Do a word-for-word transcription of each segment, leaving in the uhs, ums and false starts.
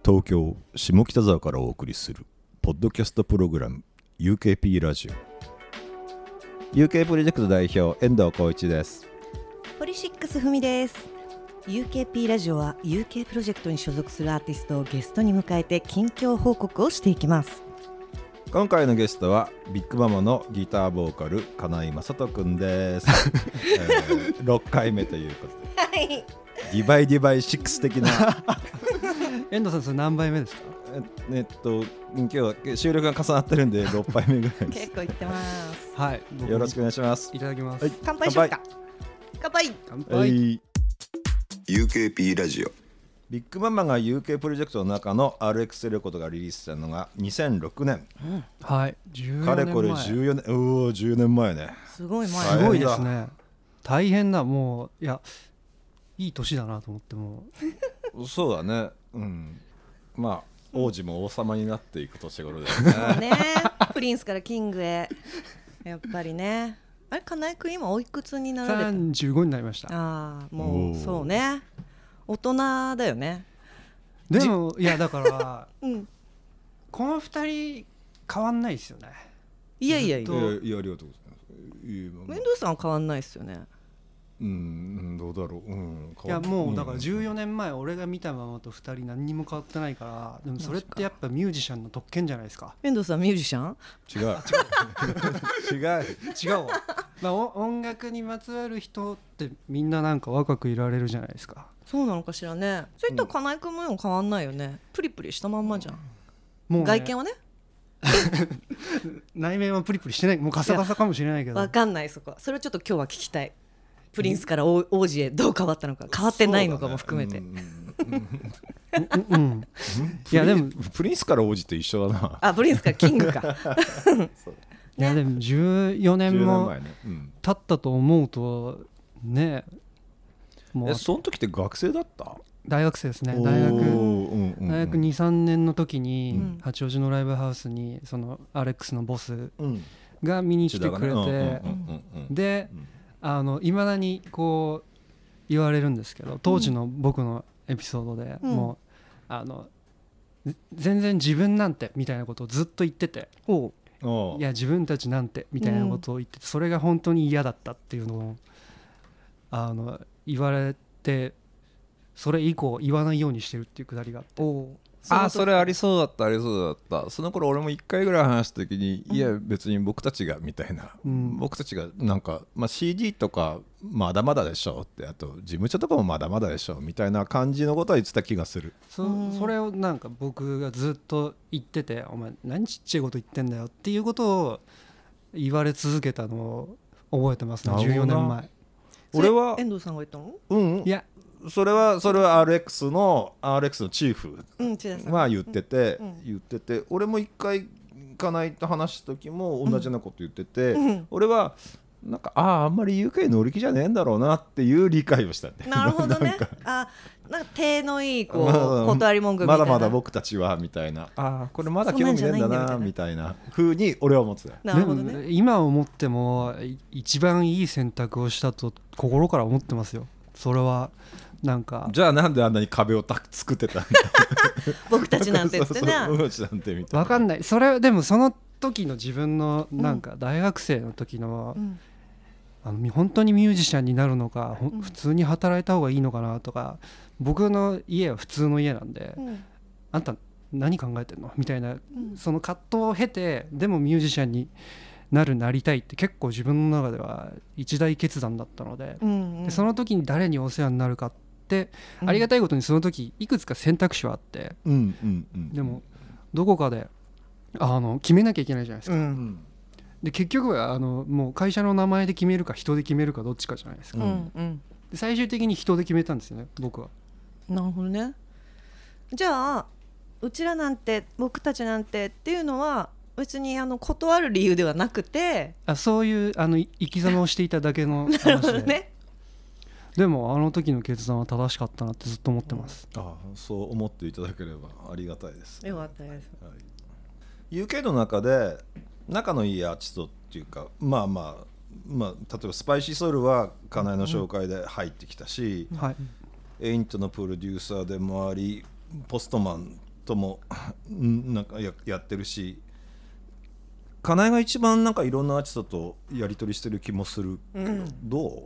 東京下北沢からお送りするポッドキャストプログラム ユーケーピー ラジオ ユーケー プロジェクト代表遠藤浩一です。 ポリシックスふみです。 ユーケーピー ラジオは ユーケー プロジェクトに所属するアーティストをゲストに迎えて近況報告をしていきます。 今回のゲストはビッグママのギターボーカル金井正人くんです、えー、ろっかいめということで、はい、ディバイディバイシックス的な遠藤さん、それ何杯目ですか？ ええっと今日は収録が重なってるんでろっぱいめぐらいです。 結構いってます。 はい、 よろしくお願いします。 いただきます、 はい、乾杯しようか。乾杯乾杯、はい、 ユーケーピー ラジオ。 ビッグママが ユーケー プロジェクトの中の アールエックス レコードがリリースしたのがにせんろくねん、 うん、はいじゅうよねんまえ。 かれこれじゅうよねん、うおじゅうねんまえね。 すごい前、 すごいですね。大変だ。もういやいい年だなと思って。もうそうだね、うん、まあ王子も王様になっていく年頃ですね。 そうねプリンスからキングへやっぱりね。あれ金井君今おいくつになられた？ さんじゅうごになりました。 ああもうそうね、大人だよね。 でもいやだから、 うん、 このふたり変わんないですよね。 いやいやいや、 いやいやありがとうございます。いい、 メンドゥさんは変わんないですよね。 うん、どうだろう、うん、 いやもうだからじゅうよねんまえ俺が見たままとふたり何にも変わってないから。でもそれってやっぱミュージシャンの特権じゃないですか。 メンドゥさんミュージシャン？ 違う違う違うわ、まあ、音楽にまつわる人ってみんななんか若くいられるじゃないですか。 そうなのかしらね。そういったら金井君も変わんないよね。プリプリしたまんまじゃん、 もうね、 外見はね内面はプリプリしてない。もうカサカサかもしれないけど分かんない。そこそれをちょっと今日は聞きたい。プリンスから王子へどう変わったのか、変わってないのかも含めて。 いやでもプリンスから王子と一緒だな。 あ、プリンスからキングかいやでもじゅうよねんも経ったと思うとね。もうえその時って学生だった？ 大学生ですね。大学、 うんうん、 大学 にさんねんの時に、うん、八王子のライブハウスにそのアレックスのボスが見に来てくれて、であの未だにこう言われるんですけど、当時の僕のエピソードで、うん、もうあの全然自分なんてみたいなことをずっと言ってて、おいや自分たちなんてみたいなことを言ってて、うん、それが本当に嫌だったっていうのをあの言われて、それ以降言わないようにしてるっていうくだりがあって。おあ、それありそうだったありそうだった。その頃俺もいっかいぐらい話した時に、うん、いや別に僕たちがみたいな、うん、僕たちがなんか、まあ、シーディー とかまだまだでしょって、あと事務所とかもまだまだでしょみたいな感じのことは言ってた気がする。 そ, それをなんか僕がずっと言ってて、お前何ちっちゃいこと言ってんだよっていうことを言われ続けたのを覚えてますね。じゅうよねんまえ。 俺は遠藤さんが言ったの？ うん、うん、いやそれはそれは アールエックス の アールエックス のチーフは言ってて、うん、言ってて、俺も一回金井と話した時も同じようなこと言ってて、うん、俺はなんかあああんまり ユーケー 乗り気じゃねえんだろうなっていう理解をしたんで。 なるほどね。あ、なんか手のいいこう断り文句みたいな、 まだまだ僕たちはみたいな、あこれまだ興味ねえんだなみたいな風に俺は思ってた。 なるほどね。 今思っても一番いい選択をしたと心から思ってますよ。それはなんかじゃあなんであんなに壁をた作ってたんだ僕たちなんてってな。 僕たちなんてみたいな。 分かんない。それでもその時の自分のなんか大学生の時の、うん、あの本当にミュージシャンになるのか、うん、普通に働いた方がいいのかなとか、僕の家は普通の家なんで、うん、あんた何考えてんのみたいな、うん、その葛藤を経てでもミュージシャンになるなりたいって結構自分の中では一大決断だったの で,、うんうん、でその時に誰にお世話になるかって、うん、ありがたいことにその時いくつか選択肢はあって、うんうんうん、でもどこかであの決めなきゃいけないじゃないですか、うん、で結局はあのもう会社の名前で決めるか人で決めるかどっちかじゃないですか、うんうん、で最終的に人で決めたんですよね、僕は。 なるほどね。じゃあうちらなんて僕たちなんてっていうのは別にあの断る理由ではなくて、 あそういうあの生き様をしていただけの話でなるほどね。でもあの時の決断は正しかったなってずっと思ってます、 うん、あそう思っていただければありがたいです。 よかったです、はい、 ユーケー の中で仲のいいアーティストっていうか、まあまあ、まあ、例えばスパイシーソウルは金井の紹介で入ってきたし、うんはい、エイントのプロデューサーでもありポストマンともなんか や, やってるし、かなえが一番なんかいろんなアーティストとやり取りしてる気もする、うん、どう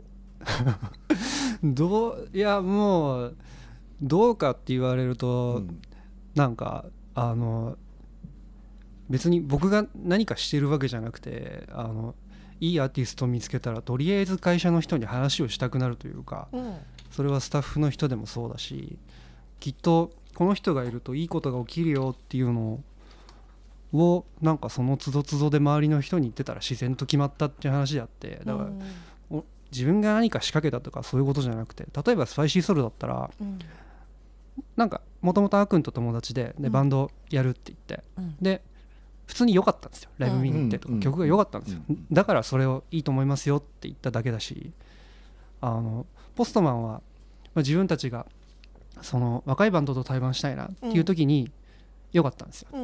どういやもうどうかって言われると、うん、なんかあの別に僕が何かしてるわけじゃなくて、あのいいアーティストを見つけたらとりあえず会社の人に話をしたくなるというか、うん、それはスタッフの人でもそうだし、きっとこの人がいるといいことが起きるよっていうのをなんかその都度都度で周りの人に言ってたら自然と決まったっていう話であって、だから、うん、自分が何か仕掛けたとかそういうことじゃなくて、例えばスパイシーソルだったら、うん、なんかもともとあーくんと友達 で, でバンドやるって言って、うん、で普通に良かったんですよ、ライブ見に行ってとか、うん、曲が良かったんですよ、うん、だからそれをいいと思いますよって言っただけだし、あのポストマンは、まあ、自分たちがその若いバンドと対バンしたいなっていう時に良かったんですよ、うん、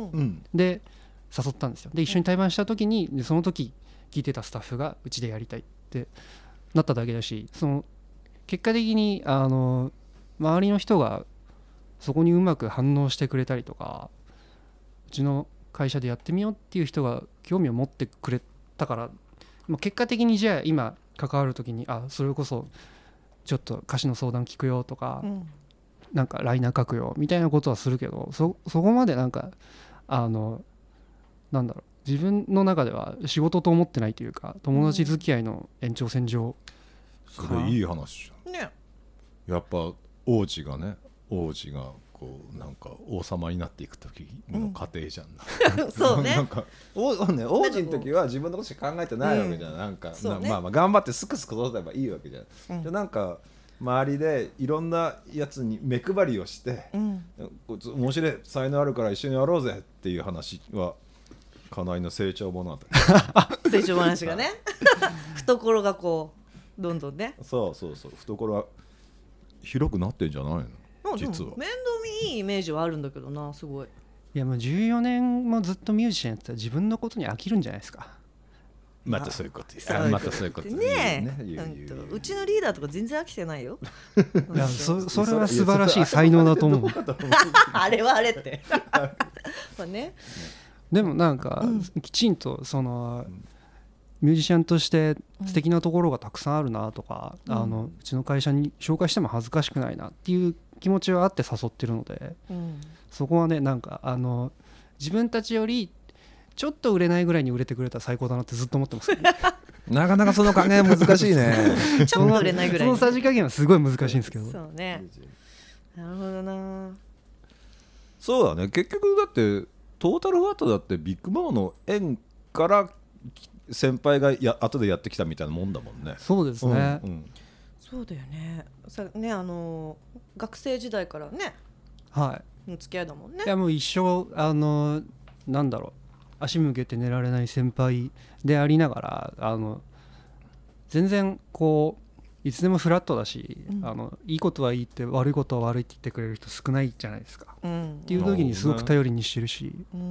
で誘ったんですよ。で一緒に対バンした時にでその時聞いてたスタッフがうちでやりたいってなっただけだし、その結果的にあの周りの人がそこにうまく反応してくれたりとか、うちの会社でやってみようっていう人が興味を持ってくれたから、まあ、結果的にじゃあ今関わる時にあそれこそちょっと歌詞の相談聞くよとか、うん、なんかライナー書くよみたいなことはするけど、 そ, そこまでなんかあのなんだろう、自分の中では仕事と思ってないというか、友達付き合いの延長線上、 うん、それいい話じゃん、ね、やっぱ王子がね王子がこうなんか王様になっていく時の過程じゃん、 うん、そうねなんか王、ね、王子の時は自分のことしか考えてないわけじゃん、うん、なんか、ね、まあまあ頑張ってすくすく育てばいいわけじゃん、うん、でなんか周りでいろんなやつに目配りをして、うん、面白い才能あるから一緒にやろうぜっていう話はかなえの成長物語成長話がね懐がこうどんどんね、 そうそうそう、懐は広くなってんじゃないの、実は。 面倒見いいイメージはあるんだけどな、すごい。 いやもうじゅうよねんもずっとミュージシャンやってたら自分のことに飽きるんじゃないですか。 またそういうこと言う、またそういうこと言うねえ、うちのリーダーとか全然飽きてないよいや そ, それは素晴らしい才能だと思うあれはあれってまあ、ね、 でもなんか、うん、きちんとそのミュージシャンとして素敵なところがたくさんあるなとか、うん、あのうちの会社に紹介しても恥ずかしくないなっていう気持ちはあって誘ってるので、うん、そこはねなんかあの自分たちよりちょっと売れないぐらいに売れてくれたら最高だなってずっと思ってます、ね、 なかなかその加減難しいねちょっと売れないぐらい、 そのさじ加減はすごい難しいんですけど。 そうね、なるほどな。 そうだね、結局だってトータルファットだってビッグママの縁から先輩がや後でやってきたみたいなもんだもんね。 そうですね、 うんうん、そうだよね。さね、あの学生時代からね、 はい、 付き合いだもんね。 いやもう一生あのなんだろう、足向けて寝られない先輩でありながら、あの全然こういつでもフラットだし、うん、あのいいことはいいって悪いことは悪いって言ってくれる人少ないじゃないですか、うん、っていう時にすごく頼りにしてるし、うんうん、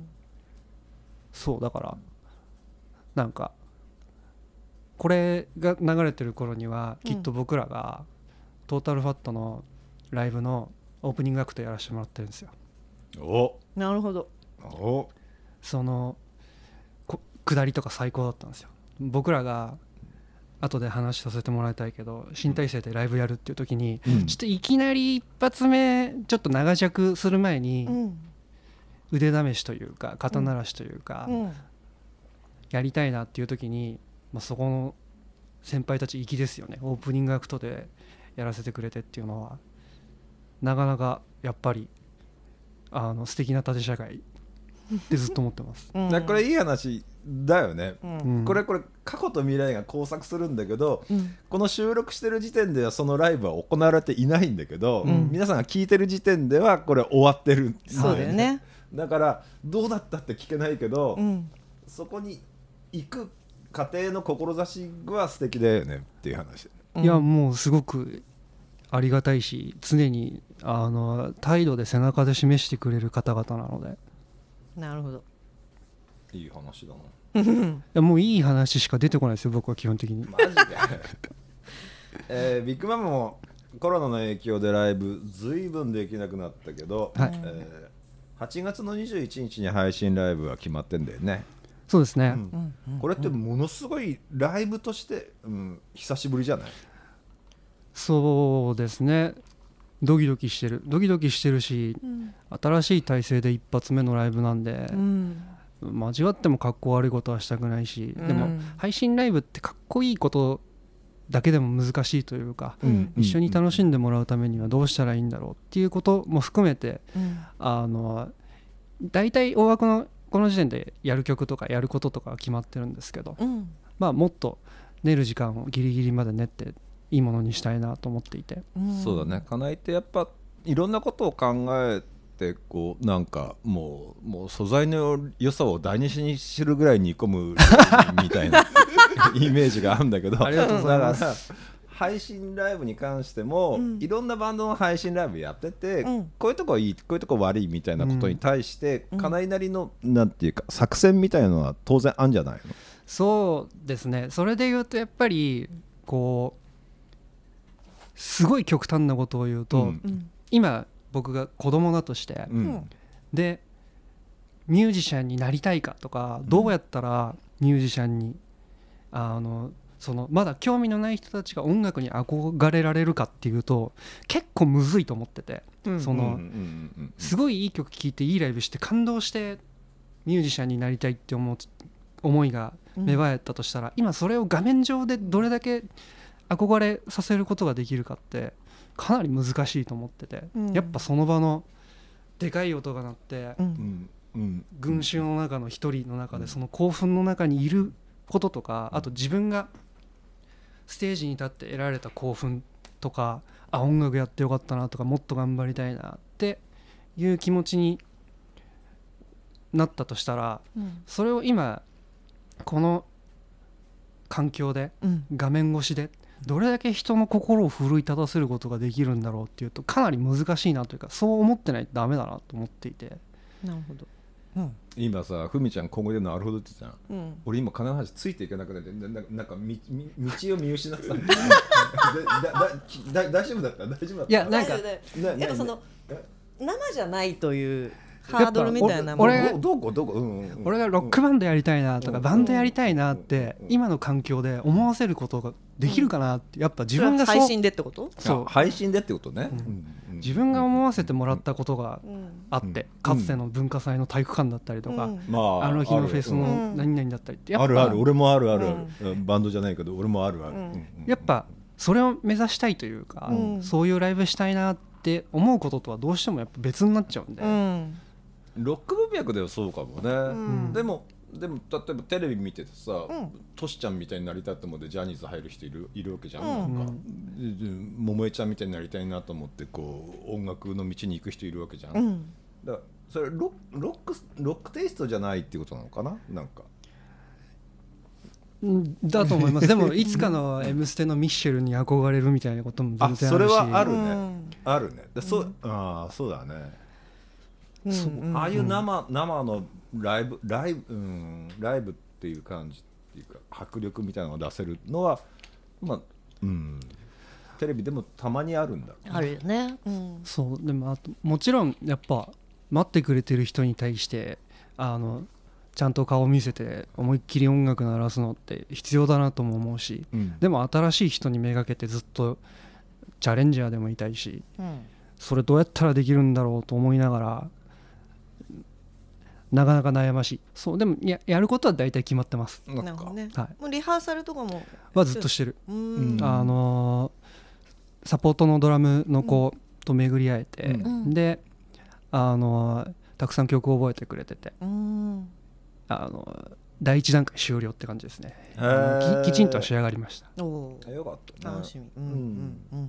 そうだからなんかこれが流れてる頃にはきっと僕らがトータルファットのライブのオープニングアクトやらせてもらってるんですよ。 お、 なるほど。 お、 その下りとか最高だったんですよ。僕らが後で話させてもらいたいけど新体制でライブやるっていう時に、うん、ちょっといきなり一発目ちょっと長尺する前に、うん、腕試しというか肩慣らしというか、うん、やりたいなっていう時に、まあ、そこの先輩たち粋ですよね。オープニングアクトでやらせてくれてっていうのはなかなかやっぱりあの素敵な縦社会ってずっと思ってます、 うん、これいい話だよね、うん、これこれ過去と未来が交錯するんだけど、うん、この収録してる時点ではそのライブは行われていないんだけど、うん、皆さんが聞いてる時点ではこれ終わってる、 そうだよね。 だからどうだったって聞けないけど、うん、そこに行く過程の志は素敵だよねっていう話、 うん、いやもうすごくありがたいし常にあの態度で背中で示してくれる方々なので。 なるほど、 いい話だな。 いやもういい話しか出てこないですよ僕は基本的に。 マジで、えー、ビッグマムもコロナの影響でライブずいぶんできなくなったけど、はい、えはちがつのにじゅういちにちに配信ライブは決まってんだよね。 そうですね、 うんうん、これってものすごいライブとして、うん、久しぶりじゃない？ そうですね。ドキドキしてるドキドキしてるし、うん、新しい体制で一発目のライブなんで、うん、間違ってもかっこ悪いことはしたくないし、うん、でも配信ライブってかっこいいことだけでも難しいというか、うん、一緒に楽しんでもらうためにはどうしたらいいんだろうっていうことも含めて、うん、あの大体大枠のこの時点でやる曲とかやることとかは決まってるんですけど、うん、まあもっと寝る時間をギリギリまで練っていいものにしたいなと思っていて、 うん、そうだね。金井ってやっぱいろんなことを考えてこうなんかもう、もう素材の良さを台無しにするぐらい煮込むみたいなイメージがあるんだけど、 ありがとうございます。 だから配信ライブに関しても、うん、いろんなバンドの配信ライブやってて、うん、こういうとこいいこういうとこ悪いみたいなことに対して、うん、金井なりのなんていうか作戦みたいなのは当然あるんじゃないの？ そうですね。それで言うとやっぱりこうすごい極端なことを言うと、うん、今僕が子供だとして、うん、でミュージシャンになりたいかとか、どうやったらミュージシャンにあのそのまだ興味のない人たちが音楽に憧れられるかっていうと結構むずいと思ってて、そのすごいいい曲聴いていいライブして感動してミュージシャンになりたいって思う思いが芽生えたとしたら、今それを画面上でどれだけ憧れさせることができるかってかなり難しいと思ってて、うん、やっぱその場のでかい音が鳴って、うんうん、群衆の中の一人の中でその興奮の中にいることとか、あと自分がステージに立って得られた興奮とか、あ音楽やってよかったなとかもっと頑張りたいなっていう気持ちになったとしたら、うん、それを今この環境で、うん、画面越しでどれだけ人の心を奮い立たせることができるんだろうっていうとかなり難しいなというか、そう思ってないとダメだなと思っていて。 なるほど、 うん、今さふみちゃん今後でなるほどって言ってたじゃん、うん、俺今金橋ついていけなくなってな な, なんかみみ道を見失ったんだだだ大丈夫だった大丈夫だった。 いやなんかやっぱその生じゃないというハードルみたいなもの。 どこどこ、うんうん、 俺がロックバンドやりたいなとか、うん、バンドやりたいなって、うん、今の環境で思わせることができるかなって、やっぱ自分がそう配信でってこと？ そう配信でってことね、 うんうん、自分が思わせてもらったことがあって、うん、かつての文化祭の体育館だったりとか、うん、あの日のフェスの何々だったりってやっぱあるある、俺もあるある、うん、バンドじゃないけど俺もあるある、うん、 やっぱそれを目指したいというか、うん、そういうライブしたいなって思うこととはどうしてもやっぱ別になっちゃうんで、うんロック文脈ではそうかもね、うん、でもでも例えばテレビ見ててさ、うん、トシちゃんみたいになりたいと思ってジャニーズ入る人いるいるわけじゃん、うん、なんか桃江ちゃんみたいになりたいなと思ってこう音楽の道に行く人いるわけじゃん、うん、だからそれ ロ, ロックロックテイストじゃないっていうことなのかな、なんかだと思いますでもいつかの M ステのミッシェルに憧れるみたいなことも全然あるし、あそれはあるね、うん、あるねで、そ、うん、あそうだね、うんうん、ああいう 生, 生のライブライブ、うん、ライブっていう感じっていうか迫力みたいなのを出せるのは、まあうん、テレビでもたまにあるんだろう、ね、 あるよね、うん、 そうでもあともちろんやっぱ待ってくれてる人に対してあのちゃんと顔を見せて思いっきり音楽鳴らすのって必要だなとも思うし、うん、でも新しい人にめがけてずっとチャレンジャーでもいたいし、うん、それどうやったらできるんだろうと思いながらなかなか悩ましい。そうでも や, やることは大体決まってます。 なんかね、はい、もうリハーサルとかもはずっとしてる。うんあのー、サポートのドラムの子と巡り会えて、うん、で、あのー、たくさん曲を覚えてくれてて、うん、あのー、第一段階終了って感じですね。き, きちんと仕上がりました。 およかった、ね、 楽しみ、うんうんうん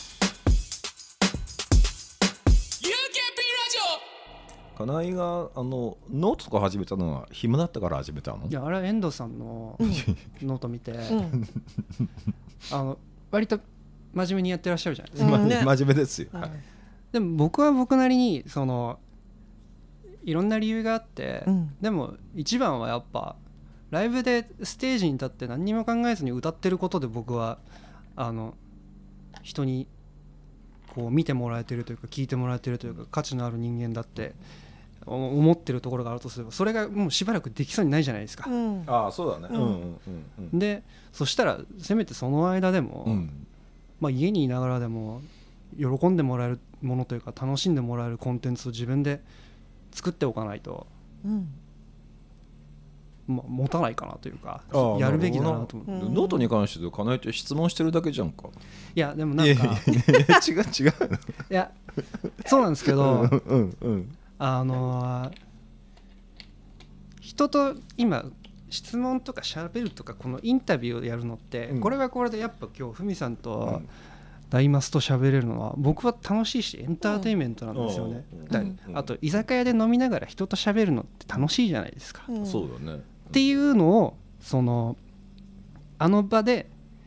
金井があのノートとか始めたのは暇だったから始めたの？ いやあれは遠藤さんのノート見て、うん、あの割と真面目にやってらっしゃるじゃないですか、 うんね、真面目ですよ、はい、 でも僕は僕なりにそのいろんな理由があって、うん、でも一番はやっぱライブでステージに立って何にも考えずに歌ってることで僕はあの人にこう見てもらえてるというか聞いてもらえてるというか価値のある人間だって思ってるところがあるとすればそれがもうしばらくできそうにないじゃないですか、 うん、 ああそうだね、うんうんうんうん、 でそしたらせめてその間でも、うんまあ、家にいながらでも喜んでもらえるものというか楽しんでもらえるコンテンツを自分で作っておかないと、うんまあ、持たないかなというかやるべきだなと思って、 うん、ノートに関してかなえて質問してるだけじゃんか。 いやでもなんか違う違ういやそうなんですけど、 うんうんうん、あのー、人と今質問とかしゃべるとかこのインタビューをやるのって、うん、これはこれでやっぱ今日ふみさんと大マスと喋れるのは僕は楽しいしエンターテインメントなんですよね、うん、あと居酒屋で飲みながら人と喋るのって楽しいじゃないですか、 うん、そうだねっていうのをそのあの場で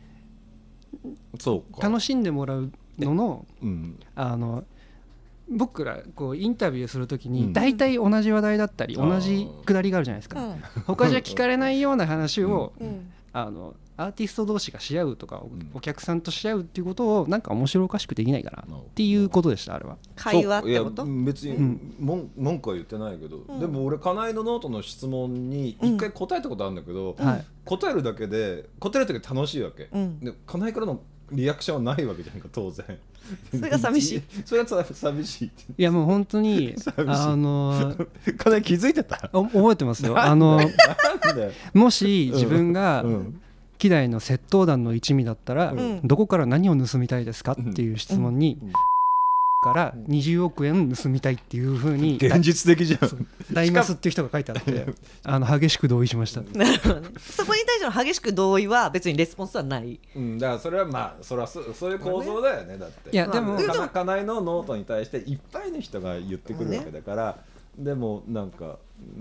楽しんでもらうのの、うん、あの僕らこうインタビューするときに大体同じ話題だったり同じくだりがあるじゃないですか、うん、他じゃ聞かれないような話を、うん、あのアーティスト同士がし合うとか、うん、お客さんとし合うっていうことをなんか面白おかしくできないかなっていうことでした。あれは会話ってこと？ いや別に、うん、文, 文句は言ってないけど、うん、でも俺カナイのノートの質問に一回答えたことあるんだけど、うん、答えるだけで答えるだけ楽しいわけ、うん、でカナイからのリアクションはないわけじゃんか当然。 それが寂しいそれが寂しい。 いやもう本当にあのかなり気づいてた？ 覚えてますよ。あのもし自分が、うんうん希代の窃盗団の一味だったら、うん、どこから何を盗みたいですかっていう質問に、うん、からにじゅうおくえん盗みたいっていう風に現実的じゃんダイマスっていう人が書いてあってあの激しく同意しました。 なるほどね。そこに対しての激しく同意は別にレスポンスはない、 うん、だからそれはまあそれは そ, そういう構造だよね。だっていやでもかなえのノートに対していっぱいの人が言ってくるわけだから、ね、でもなんか、うん、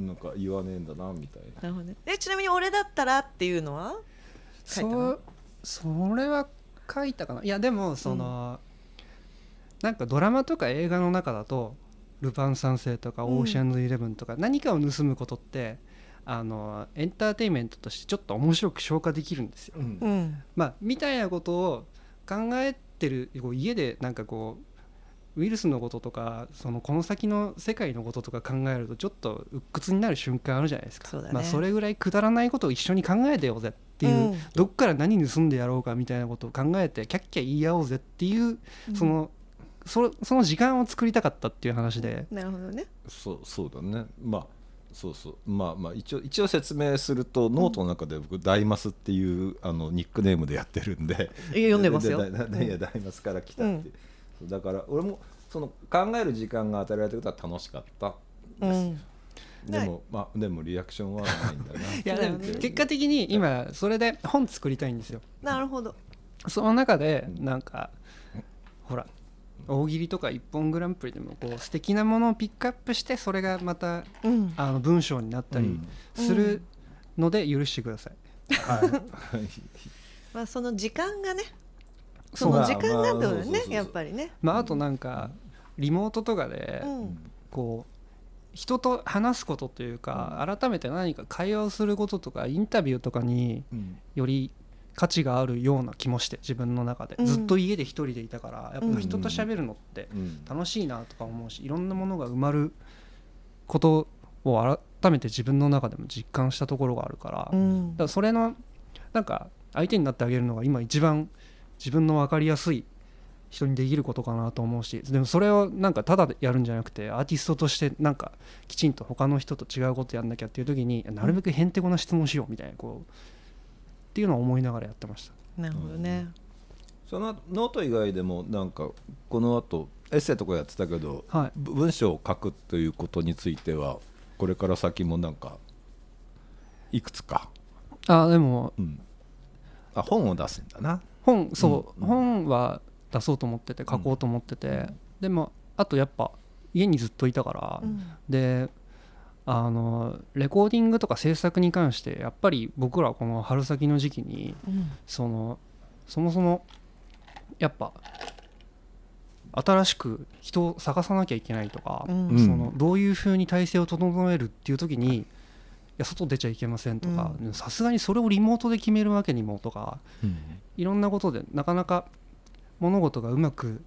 なんか言わねえんだなみたいな。 なるほどね。えちなみに俺だったらっていうのは書いたの？ そ, それは書いたかな。いやでもその、うん、なんかドラマとか映画の中だとルパン三世とかオーシャンズイレブンとか何かを盗むことって、うん、あのエンターテインメントとしてちょっと面白く消化できるんですよ、うんまあ、みたいなことを考えてる家でなんかこうウイルスのこととかそのこの先の世界のこととか考えるとちょっと鬱屈になる瞬間あるじゃないですか。 そうだね。まあ、それぐらいくだらないことを一緒に考えてようぜっていう、うん、どっから何盗んでやろうかみたいなことを考えてキャッキャ言い合おうぜっていう、うん、そのそ, その時間を作りたかったっていう話で。 なるほどね。 そうそうだね。まあそうそうまあまあ一応一応説明すると、うん、ノートの中で僕ダイマスっていうあのニックネームでやってるんで読んでますよ。 いやダイマスから来たって、うん、だから俺もその考える時間が与えられたことは楽しかったです、うん、でも、まあ、でもリアクションはないんだな。いやでも結果的に今それで本作りたいんですよ。 なるほど。 その中でなんか、うん、ほら大喜利とか一本グランプリでもこう素敵なものをピックアップしてそれがまた、うん、あの文章になったりするので許してください、うんはいまあ、その時間がねその時間がどうねやっぱりね、 まあ、あとなんかリモートとかでこう人と話すことというか改めて何か会話をすることとかインタビューとかにより価値があるような気もして自分の中で、うん、ずっと家で一人でいたからやっぱ人と喋るのって楽しいなとか思うし、いろんなものが埋まることを改めて自分の中でも実感したところがあるから、うん、だからそれのなんか相手になってあげるのが今一番自分の分かりやすい人にできることかなと思うし、でもそれをなんかただでやるんじゃなくてアーティストとしてなんかきちんと他の人と違うことやんなきゃっていう時になるべくへんてこな質問しようみたいなこうっていうのを思いながらやってました。 なるほどね、うん、 そのノート以外でもなんかこの後エッセイとかやってたけど、はい、文章を書くということについてはこれから先もなんかいくつかあでも、 うん、あ本を出すんだな。 本そう、うん、本は出そうと思ってて書こうと思ってて、うん、でもあとやっぱ家にずっといたから、うん、であのレコーディングとか制作に関してやっぱり僕らこの春先の時期に、うん、そのそもそもやっぱ新しく人を探さなきゃいけないとか、うん、そのどういう風に体制を整えるっていう時にいや外出ちゃいけませんとかさすがにそれをリモートで決めるわけにもとか、うん、いろんなことでなかなか物事がうまく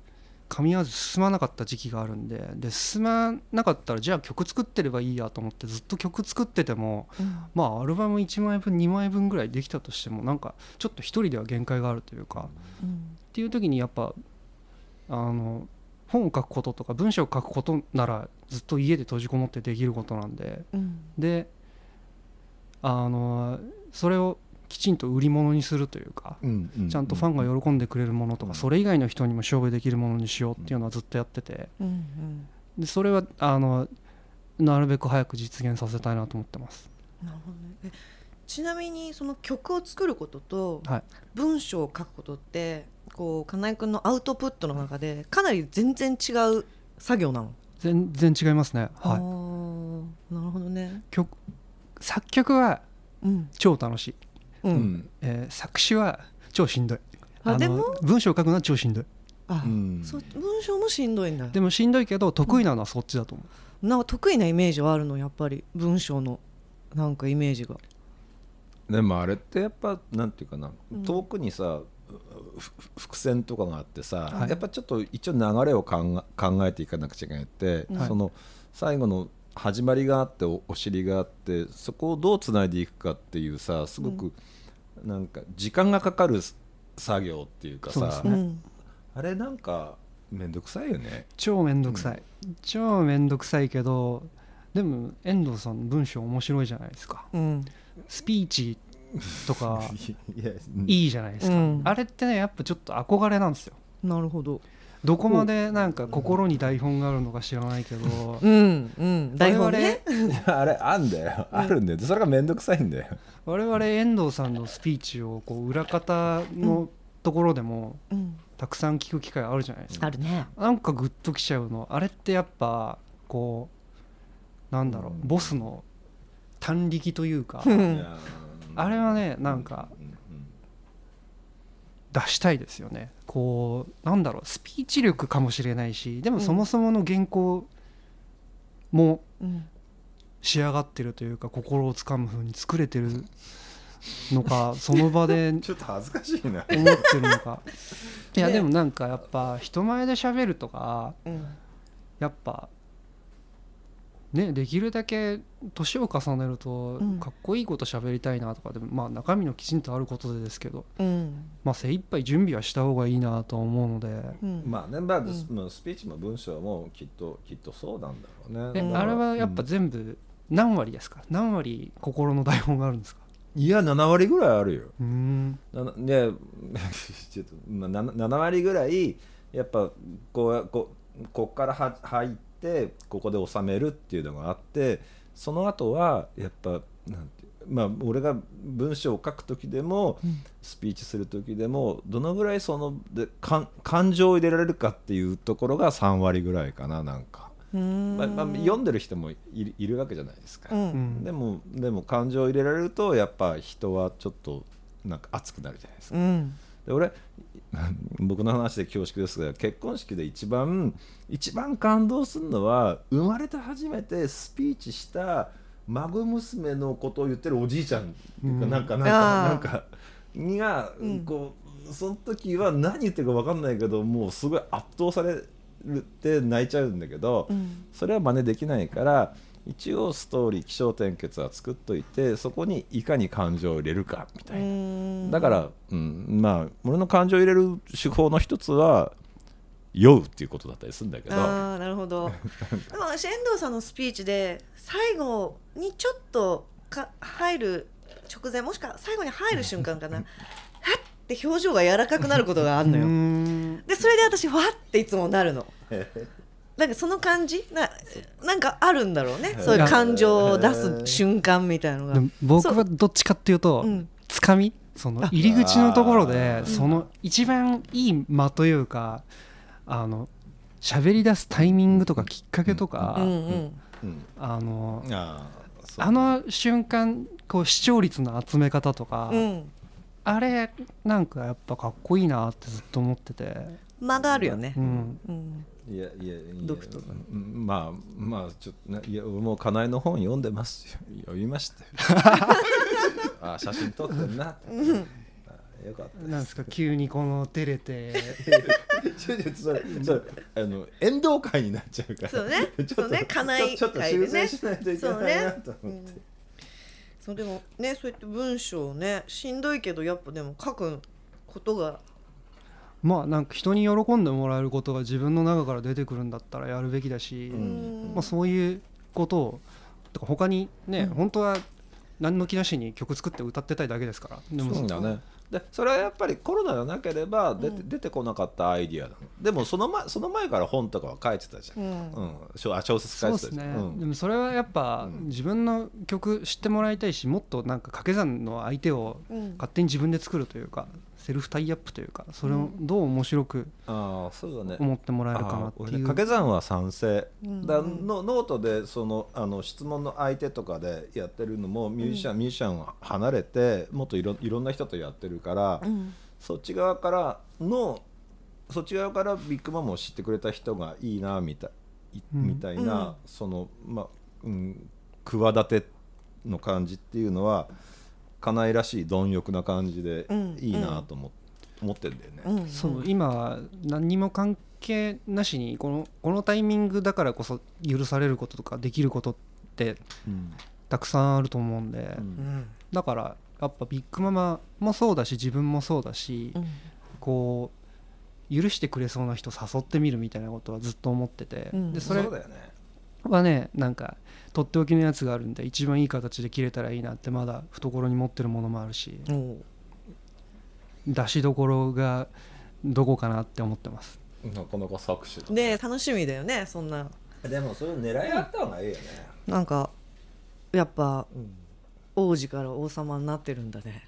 噛み合わず進まなかった時期があるんで、で進まなかったらじゃあ曲作ってればいいやと思ってずっと曲作ってても、うん、まあアルバムいちまいぶんにまいぶんぐらいできたとしてもなんかちょっと一人では限界があるというか、うん、っていう時にやっぱあの本を書くこととか文章を書くことならずっと家で閉じこもってできることなんで、うん、であのそれをきちんと売り物にするというか、うんうん、ちゃんとファンが喜んでくれるものとか、うん、それ以外の人にも勝負できるものにしようっていうのはずっとやってて、うんうん、でそれはあのなるべく早く実現させたいなと思ってます。 なるほどね。ちなみにその曲を作ることと文章を書くことって、はい、こう金井君のアウトプットの中でかなり全然違う作業なの？ 全然違いますね。はい。 なるほどね。 曲作曲は超楽しい、うんえー、作詞は超しんどい。あのでも文章を書くのは超しんどい。 あ、うん、そ文章もしんどいんだ。 でもしんどいけど得意なのはそっちだと思う、 うん、なんか得意なイメージはあるのやっぱり文章のなんかイメージが。 でもあれってやっぱなんていうかな、うん、遠くにさ伏線とかがあってさ、はい、やっぱちょっと一応流れを考えていかなくちゃいけないって、はい、その最後の始まりがあって お, お尻があってそこをどうつないでいくかっていうさすごくなんか時間がかかる作業っていうかさ、そうですね、あれなんかめんどくさいよね。 超めんどくさい、うん、超めんどくさいけどでも遠藤さん文章面白いじゃないですか、うん、スピーチとかいいじゃないですか、うん、あれってねやっぱちょっと憧れなんですよ。 なるほど。 どこまでなんか心に台本があるのか知らないけど、 うんうん、台本ねあれあんだよ、あるんだよ、それがめんどくさいんだよ。 我々遠藤さんのスピーチをこう裏方のところでもたくさん聞く機会あるじゃないですか、 あるね。 なんかグッときちゃうの。あれってやっぱこうなんだろう、ボスの短力というかあれはねなんか出したいですよね。こうなんだろうスピーチ力かもしれないし、でもそもそもの原稿も仕上がってるというか心をつかむ風に作れてるのかその場でちょっと恥ずかしいな思ってるのかいやでもなんかやっぱ人前で喋るとかやっぱね、できるだけ年を重ねるとかっこいいこと喋りたいなとかでも、まあ中身のきちんとあることでですけど、うん、まあ精一杯準備はした方がいいなと思うので、 うん、まあね、まあ、うん、スピーチも文章もきっときっとそうなんだろうね。 えあれはやっぱ全部何割ですか？何割心の台本があるんですか？ いやなな割ぐらいあるよ。うーんでちょっと、まあ、なな割ぐらいやっぱこうここっからは入ってでここで収めるっていうのがあって、その後はやっぱなんてまあ俺が文章を書く時でも、うん、スピーチする時でもどのぐらいそのでか感情を入れられるかっていうところがさん割ぐらいかな。なんかまあまあ、読んでる人も い, いるわけじゃないですか、うん、でもでも感情を入れられるとやっぱ人はちょっとなんか熱くなるじゃないですか、うん、で俺僕の話で恐縮ですが結婚式で一番一番感動するのは生まれて初めてスピーチした孫娘のことを言ってるおじいちゃん、うん、なんかなんかなんかにが、うん、こうその時は何言ってるか分かんないけどもうすごい圧倒されるって泣いちゃうんだけど、うん、それは真似できないから一応ストーリー起承転結は作っといてそこにいかに感情を入れるかみたいな。だから、うん、まあ俺の感情を入れる手法の一つは酔うっていうことだったりするんだけど。 ああなるほどでも私遠藤さんのスピーチで最後にちょっとか入る直前もしくは最後に入る瞬間かなはって表情が柔らかくなることがあるのよでそれで私わっていつもなるのなんかその感じ な, なんかあるんだろうね、そういう感情を出す瞬間みたいなのが。 僕はどっちかっていうと、うん、つかみその入り口のところでその一番いい間というかあの喋り出すタイミングとかきっかけとか、うんうんうん、あのあ, あの瞬間こう視聴率の集め方とか、うん、あれなんかやっぱかっこいいなってずっと思ってて間があるよね、 うんうんいやいやいやまあまあちょっといやもうかなえの本読んでますよ読みましたよあ写真撮ってんなって、うん、よかったです。 なんですか急にこの照れてそれそれあの遠藤会になっちゃうからそうねそうね家内ちょっと修正しないといけないなと思って、 うん、そうでもねそうやって文章ねしんどいけどやっぱでも書くことがまあなんか人に喜んでもらえることが自分の中から出てくるんだったらやるべきだし、 うんまあ、そういうことをとか他にね、うん、本当は何の気なしに曲作って歌ってたいだけですから。でもそうだね。でそれはやっぱりコロナがなければ出て、うん、出てこなかったアイディアだ。でもその前その前から本とかは書いてたじゃん、うんうん、小, あ小説書いてたじゃん。そうですね、うん、 でもそれはやっぱ、うん、自分の曲知ってもらいたいし、もっとなんか掛け算の相手を勝手に自分で作るというか、セルフタイアップというか、それをどう面白く思ってもらえるかなっていう。 掛け算は賛成、うん、だのノートでそのあの質問の相手とかでやってるのもミュージシャン、うん、ミュージシャンは離れてもっとい ろ, いろんな人とやってるから、うん、そっち側からのそっち側からビッグマムを知ってくれた人がいいなみたい、うん、みたいな、うん、そのまあ、うん、企ての感じっていうのは家内らしい貪欲な感じでいいなと 思,、うん、思ってるんだよね、 うんうん、そう今何にも関係なしにこの、このタイミングだからこそ許されることとかできることってたくさんあると思うんで、うん、だからやっぱビッグママもそうだし自分もそうだし、うん、こう許してくれそうな人誘ってみるみたいなことはずっと思ってて、うん、でそれはねなんかとっておきのやつがあるんで一番いい形で切れたらいいなってまだ懐に持ってるものもあるし、出しどころがどこかなって思ってます。 なかなか作詞だね。楽しみだよねそんな。 でもそれ狙いあった方がいいよね。 なんかやっぱ、うん、王子から王様になってるんだね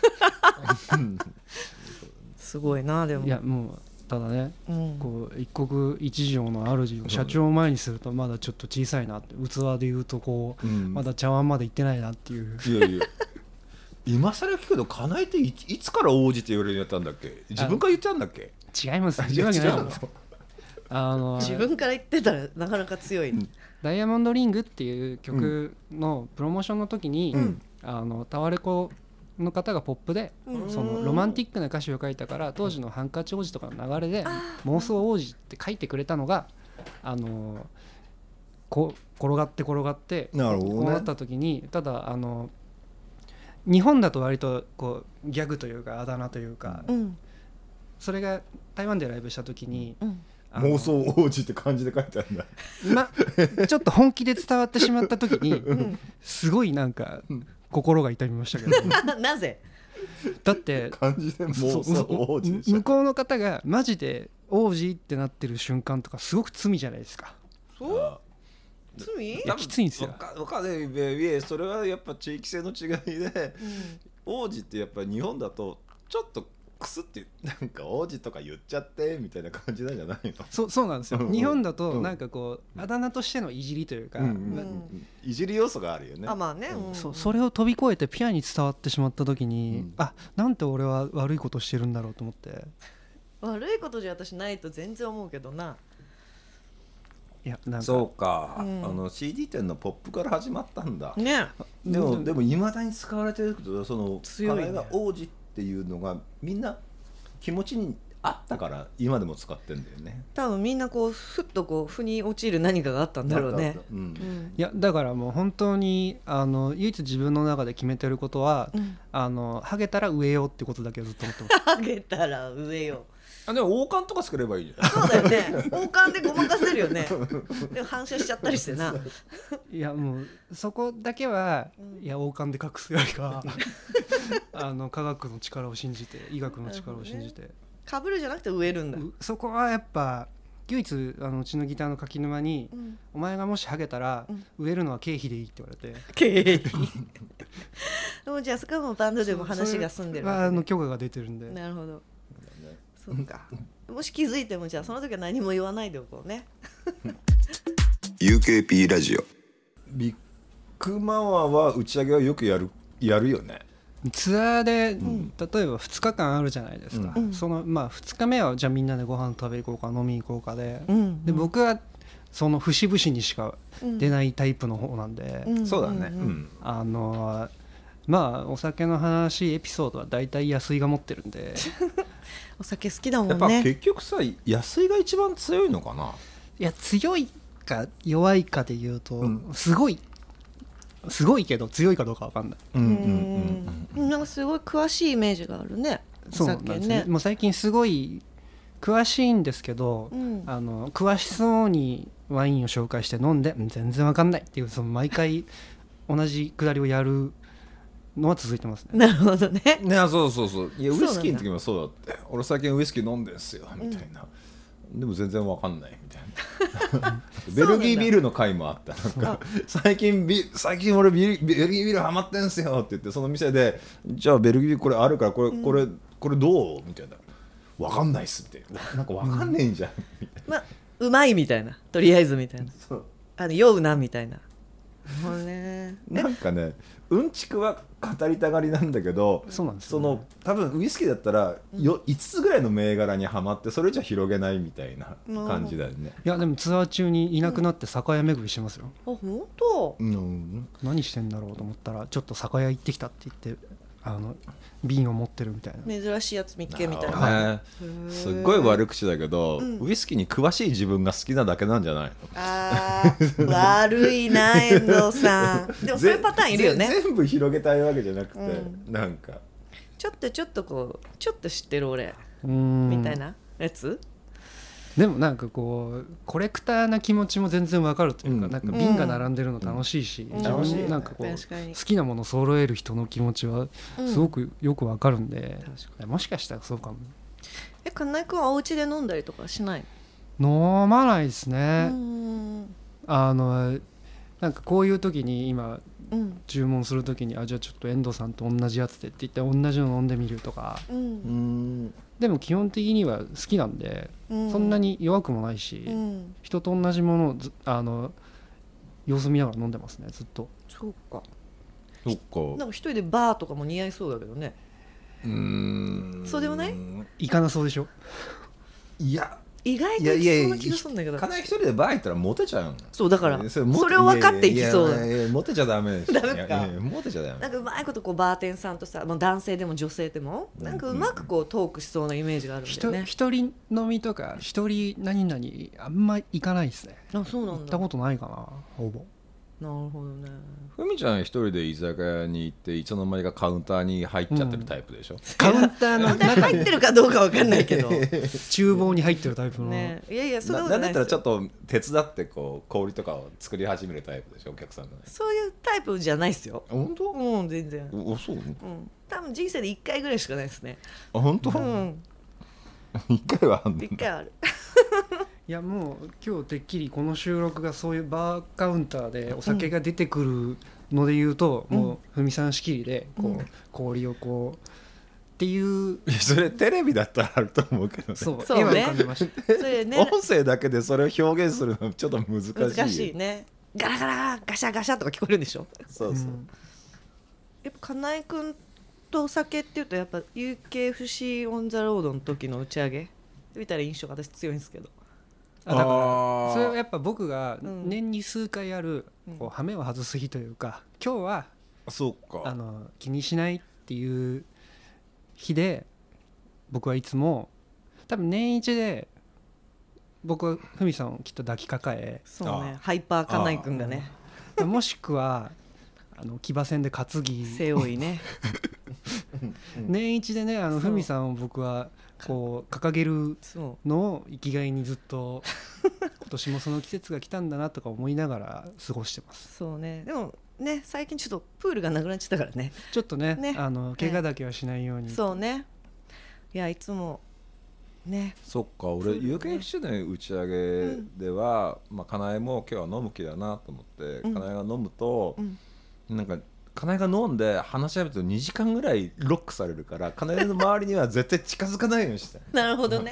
すごいな。でもいやもうただね、うん、こう一国一城の主を社長を前にするとまだちょっと小さいなって、器で言うとこう、うん、まだ茶碗まで行ってないなっていう。 いやいや今更聞くけどかなえって い, いつから王子って言われるようになったんだっけ。自分から言っちゃうんだっけ。 違います。言うわけないのあの自分から言ってたらなかなか強い、うん、 ダイヤモンドリングっていう曲のプロモーションの時に、うん、あのタワレコの方がポップで、うん、そのロマンティックな歌詞を書いたから当時のハンカチ王子とかの流れで妄想王子って書いてくれたのがあのこ転がって転がってなるほど、ね、 こうなった時にただあの日本だと割とこうギャグというかあだ名というか、うん、それが台湾でライブした時に、うん、 妄想王子って漢字で書いてあるんだ、 ま、ちょっと本気で伝わってしまった時に、うん、すごいなんか、うん心が痛みましたけどなぜだって漢字で妄想王子でしょ。 向こうの方がマジで王子ってなってる瞬間とかすごく罪じゃないですか。 そう罪？ いやきついんですよ。 わかんないそれはやっぱ地域性の違いで、うん、王子ってやっぱ日本だとちょっとクスってなんか王子とか言っちゃってみたいな感じなんじゃないの。 そ, そうなんですよ、うん、日本だとなんかこう、うん、あだ名としてのいじりというか、うんうんうんいじり要素があるよね。 あまあね、 うん、そ, それを飛び越えてピュアに伝わってしまった時に、うん、あなんて俺は悪いことしてるんだろうと思って。 悪いことじゃ私ないと全然思うけどな。 いやなんかそうか、うん、あの シーディー 店のポップから始まったんだね。 でもでも未だに使われてるけどその強い、ね、が王子っていうのがみんな気持ちにあったから今でも使ってんだよね。 多分みんなこうふっとこう腑に落ちる何かがあったんだろうね、うんうん、 いやだからもう本当にあの唯一自分の中で決めてることは、うん、あのハゲたら植えようってことだけはずっと思ってますハゲたら植えよう。 あでも王冠とか作ればいいじゃん。 そうだよね王冠でごまかせるよねでも反射しちゃったりしてな。 いやもうそこだけは、うん、いや王冠で隠すよりかあの科学の力を信じて医学の力を信じてかぶるじゃなくて植えるんだ。 そこはやっぱ唯一あのうちのギターの柿沼に、うん、お前がもしハゲたら、うん、植えるのは経費でいいって言われて経費でもじゃあそこはもうバンドでも話が済んでるわけ、ね、 あの許可が出てるんで。 なるほどそうかもし気づいてもじゃあその時は何も言わないでおこうねユーケーピー ラジオ。 ビッグマワーは打ち上げはよくやるやるよね。 ツアーで、うん、例えばふつかかんあるじゃないですか、うん、そのまあふつかめはじゃあみんなでご飯食べ行こうか飲み行こうかで、うん、で僕はその節々にしか出ないタイプの方なんで、 うん、そうだね、うん、 あのまあお酒の話エピソードは大体安井が持ってるんでお酒好きだもんね。 やっぱ結局さ安いが一番強いのかな。 いや強いか弱いかで言うと、 うん、 すごいすごいけど強いかどうか分かんない。 うんうんうん、なんかすごい詳しいイメージがあるね。 そうなんですね。もう最近すごい詳しいんですけど、うん、あの詳しそうにワインを紹介して飲んで全然分かんないっていう、その毎回同じくだりをやるのは続いてますね。 なるほどね。 いやそうそうそう、いやウイスキーの時もそうだって、俺最近ウイスキー飲んでんすよみたいな、うん、でも全然分かんないみたいなベルギービールの回もあった。なんか最近ビ最近俺ビベルギービールハマってんすよって言って、その店でじゃあベルギービールこれあるからこれ、うん、これこれどうみたいな、分かんないっすってなんか分かんねえんじゃん、うん、みたいな、まあ、 うまいみたいな、とりあえずみたいな、そうあの酔うなみたいな。もうね、 なんかねうんちくは語りたがりなんだけど、 そうなんですよね、 その多分ウイスキーだったらよいつつぐらいの銘柄にはまってそれじゃ広げないみたいな感じだよね。 いやでもツアー中にいなくなって酒屋巡りしてますよ、 うん、あ本当、 うん、何してんだろうと思ったらちょっと酒屋行ってきたって言ってあの瓶を持ってるみたいな、 珍しいやつ見っけみたいな、 ね、すっごい悪口だけど、うん、ウイスキーに詳しい自分が好きなだけなんじゃないの。 あ悪いな遠藤さん。でもそういうパターンいるよね。 全部広げたいわけじゃなくて、うん、なんかちょっとちょっとこうちょっと知ってる俺みたいなやつ。 でもなんかこうコレクターな気持ちも全然わかるというか、うん、なんか瓶が並んでるの楽しいし、うん、自分なんかこう好きなもの揃える人の気持ちはすごくよくわかるんで、うん、もしかしたらそうかも。 え、金井君はお家で飲んだりとかしない？ 飲まないですね。うんあのなんかこういう時に今、うん、注文する時にあじゃあちょっと遠藤さんと同じやつでって言って同じの飲んでみるとか、うん、でも基本的には好きなんで、うん、そんなに弱くもないし、うん、人と同じものをずあの様子見ながら飲んでますねずっと。 そうかそっか。 なんか一人でバーとかも似合いそうだけどね。うーんそうでもない？ 行かなそうでしょ。 いや意外といきそうな気がするんだけど。 金井一人でバー行ったらモテちゃうの。 そうだからそれを分かっていきそうだ。 いやいやモテちゃダメです。 ダメか。 いやいやモテちゃダメ。 なんかうまいことこうバーテンさんとさ、まあ、男性でも女性でもなんかうまくこうトークしそうなイメージがあるんだよね。 一人飲みとか一人何々あんま行かないですね。 あ、そうなんだ。 行ったことないかなほぼ。 なるほどね。 ふみちゃん一人で居酒屋に行っていつの間にかカウンターに入っちゃってるタイプでしょ、うん、 カウンターの中に入ってるかどうか分かんないけど厨房に入ってるタイプの、 ね、いやいやそんなことないですよ。なんだったらちょっと手伝ってこう氷とかを作り始めるタイプでしょお客さんが、ね、 そういうタイプじゃないですよ。 本当？ うん、全然。 あ、そう、うん、 多分人生でいっかいぐらいしかないですね。 あ、本当？うんいっかいはあるんだ。 いっかいあるいやもう今日てっきりこの収録がそういうバーカウンターでお酒が出てくるので言うと、うん、もうふみさん仕切りでこう、うん、氷をこうっていうそれテレビだったらあると思うけどね。 そうそうね、 今浮かんでましたそれ、ね、 音声だけでそれを表現するのちょっと難しい。 難しいね。ガラガラガシャガシャとか聞こえるんでしょ。 そうそう、うん、 やっぱ金井君とお酒っていうとやっぱ ユーケーエフシー オンザロードの時の打ち上げみたいな印象が私強いんですけど。 あだからそれはやっぱ僕が年に数回あるこう羽目を外す日というか、今日はそうかあの気にしないっていう日で僕はいつも多分年一で僕はふみさんをきっと抱きかかえ、 そうね、ハイパー金井君がね、 もしくはあの騎馬戦で担ぎ背負いね年一でねあのふみさんを僕はこう掲げるのを生きがいにずっと今年もその季節が来たんだなとか思いながら過ごしてます。 そうね。でもね最近ちょっとプールがなくなっちゃったからね。 ちょっと ね, ねあの怪我だけはしないように、 ね、そうね。いやいつもね。 そっか俺 ユーケーエフシー の打ち上げでは、うんまあ、金井も今日は飲む気だなと思って、うん、金井が飲むと、うん、なんか金井が飲んで話し合うとにじかんぐらいロックされるから金井の周りには絶対近づかないようにしてなるほどね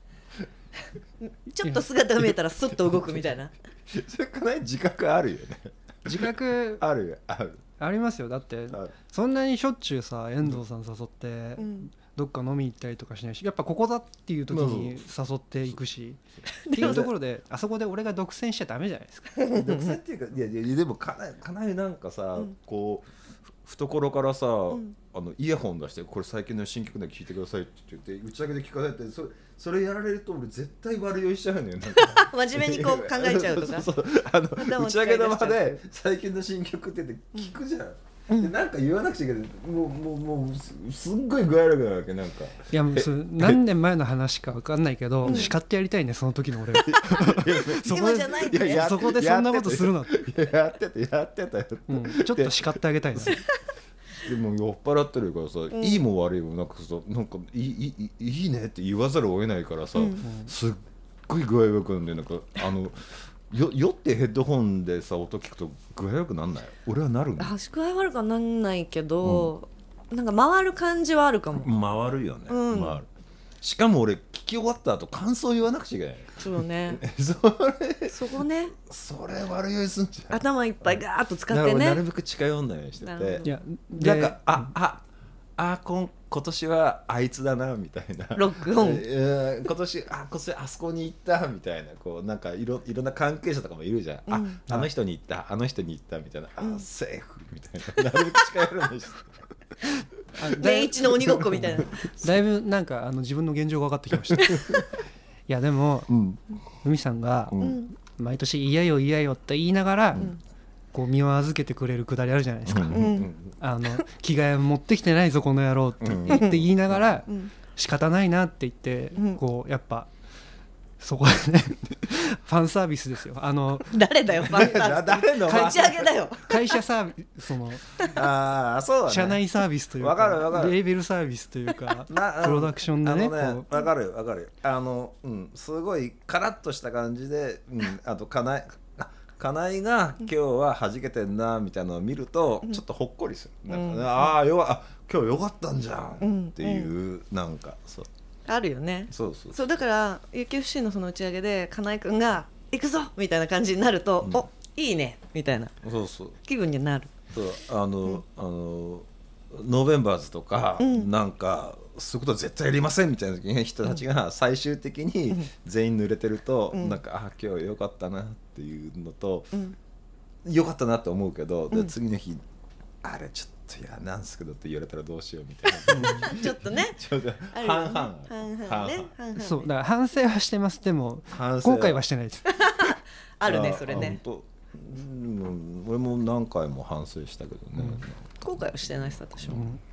ちょっと姿が見えたらスッと動くみたいなそれ金井自覚あるよね。 自覚あるよあるありますよ。だってそんなにしょっちゅうさ遠藤さん誘って、うん、どっか飲み行ったりとかしないし、やっぱここだっていう時に誘っていくし、っていうところであそこで俺が独占しちゃダメじゃないですか独占っていうかいやいやでもかなりなんかさ、うん、こう懐からさ、うん、 あのイヤホン出してこれ最近の新曲で聴いてくださいって言って打ち上げで聴かれてそれ、それやられると俺絶対悪酔いしちゃうのよなんか真面目にこう考えちゃうとかそうそうあの打ち上げ玉で最近の新曲って言って聞くじゃん、うん、でなんか言わなくちゃいけないもうもうもう す, すっごい具合悪くなるわけなんかいやもうそ何年前の話か分かんないけど、うん、叱ってやりたいねその時の俺そこじゃないってそこでそんなことするなってやってたやってたよ、 うん、ちょっと叱ってあげたいなでも酔っ払ってるからさ、うん、いいも悪いもなんかさなんかいいいいいいねって言わざるを得ないからさ、うん、すっごい具合悪くなるんでなんかあのよ酔ってヘッドホンでさ音聞くと具合悪くなんない？俺はなるんだ。 あ具合悪くはなんないけど、うん、なんか回る感じはあるかも。 回るよね、 うん、 回る。しかも俺聞き終わった後感想言わなくちゃいけない。 そうねそれそこねそれ悪酔いすんじゃん。 頭いっぱいガーッと使ってね。 なるべく近寄んないようにしてていやなんかあああ今今年はあいつだなみたいなロックオン、 えー、今年あ今年あそこに行ったみたいなこうなんかいろいろんな関係者とかもいるじゃん、うん、ああの人に行ったあの人に行ったみたいな、うん、あセーフみたいななるべく近寄らないし年一の鬼ごっこみたいなだいぶなんかあの自分の現状が分かってきましたいやでも、うん、海さんが、うん、毎年嫌よ嫌よって言いながら、うんこう身を預けてくれるくだりあるじゃないですか、うん、あの着替え持ってきてないぞこの野郎って言って言いながら、うん、仕方ないなって言って、うん、こうやっぱそこでねファンサービスですよあの誰だよファンサービス誰の打ち上げだよ会社サービスそのあそうだ、ね、 社内サービスというかわかるわかるレーベルサービスというかプロダクションでねわかるわかるあの、うん、すごいカラッとした感じで、うん、あとかな金井が今日は弾けてんなみたいなのを見るとちょっとほっこりする、うん、なんか、ね、ああよあ今日よかったんじゃんっていう、うん、なんかそうあるよね。 そうそうそうだから ユーケーエフシー のその打ち上げで金井くんが行くぞみたいな感じになると、うん、おいいねみたいなそうそう気分になる。 そうあの、うん、あのノーベンバーズとか、うん、なんかそういうことは絶対やりませんみたいな人たちが最終的に全員濡れてると、うん、なんかあ今日よかったなっていうのと、うん、よかったなと思うけど、うん、で次の日あれちょっといやなんすけどって言われたらどうしようみたいなちょっとねちょっと半々 半々ね半々 そうだから反省はしてますでも後悔はしてないですあるねそれねうん、俺も何回も反省したけどね、 うん、後悔はしてないです私も、うん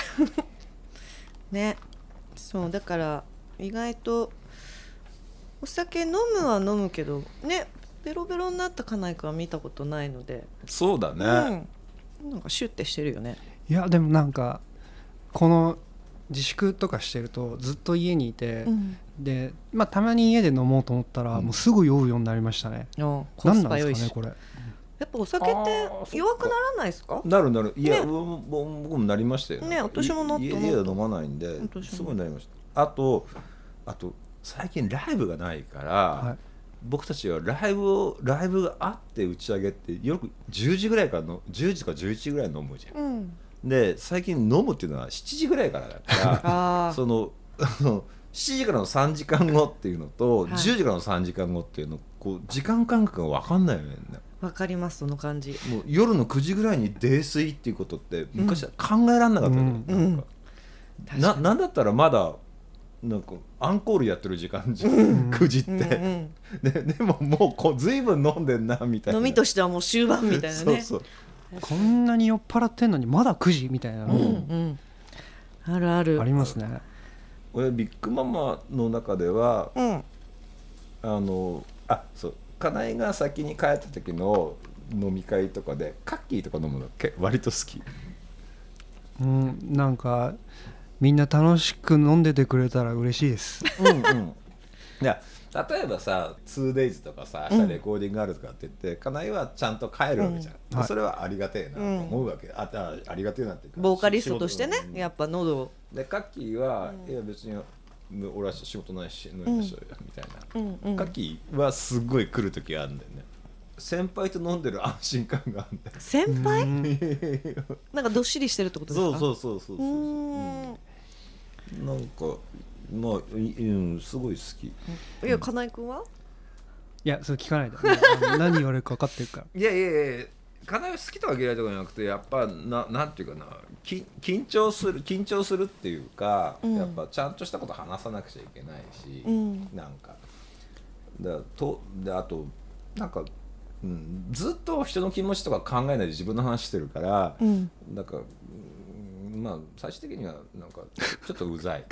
ね、そうだから意外とお酒飲むは飲むけどねベロベロになった金井君は見たことないのでそうだね、 うん、なんかシュッてしてるよね。 いやでもなんかこの自粛とかしてるとずっと家にいて、うん、で、まあ、たまに家で飲もうと思ったら、うん、もうすぐ酔うようになりましたね、うん、何なんですかねこれ。 やっぱお酒って弱くならないですか？ なるなるいや、ね、僕もなりましたよね。 私もなった家では飲まないんですごいなりました。あとあと最近ライブがないから、はい、僕たちはライブをライブがあって打ち上げってよくじゅうじぐらいからのじゅうじとかじゅういちじぐらい飲むじゃん、うん、で最近飲むっていうのはしちじぐらいからだからそのしちじからのさんじかんごっていうのと、はい、じゅうじからのさんじかんごっていうのこう時間感覚が分かんないよね。 わかりますその感じ。 もう夜のくじぐらいに泥酔っていうことって昔は考えられなかった、うんなんかうん、な, なんだったらまだなんかアンコールやってる時間じゃん、うん、くじって、うんうん、で, でももうこう随分飲んでんなみたいな。 飲みとしてはもう終盤みたいなねそうそうこんなに酔っ払ってんのにまだくじみたいな、うんうん、 あるあるありますね。 俺ビッグママの中では、うん、あのあそう金井が先に帰った時の飲み会とかでカッキーとか飲むの割と好き。 うんなんかみんな楽しく飲んでてくれたら嬉しいです。 うんうん。いや例えばさ ツーデイズ とかさレコーディングあるとかって言って、うん、金井はちゃんと帰るわけじゃん、うん、それはありがてえなと思うわけ、うん、あ, ありがてえなっていうかボーカリストとしてねやっぱ喉をでカッキーは、うん、いや別に俺は仕事ないし飲みましょうよみたいな、うんうん、カッキーはすごい来る時があるんだよね。先輩と飲んでる安心感があるんだよ。 先輩なんかどっしりしてるってことですか？ そうそうそうそうそう、うん、なんかまあ、うん、すごい好き。 いや金井君は？ いやそれ聞かないで何言われるか分かってるから。 いやいやいや好きとか嫌いとかじゃなくてやっぱななんていうかなき緊張する緊張するっていうか、うん、やっぱちゃんとしたこと話さなくちゃいけないし、うん、なんかだとであとなんか、うん、ずっと人の気持ちとか考えないで自分の話してるから、うん、なんか、うん、まあ最終的にはなんかちょっとうざい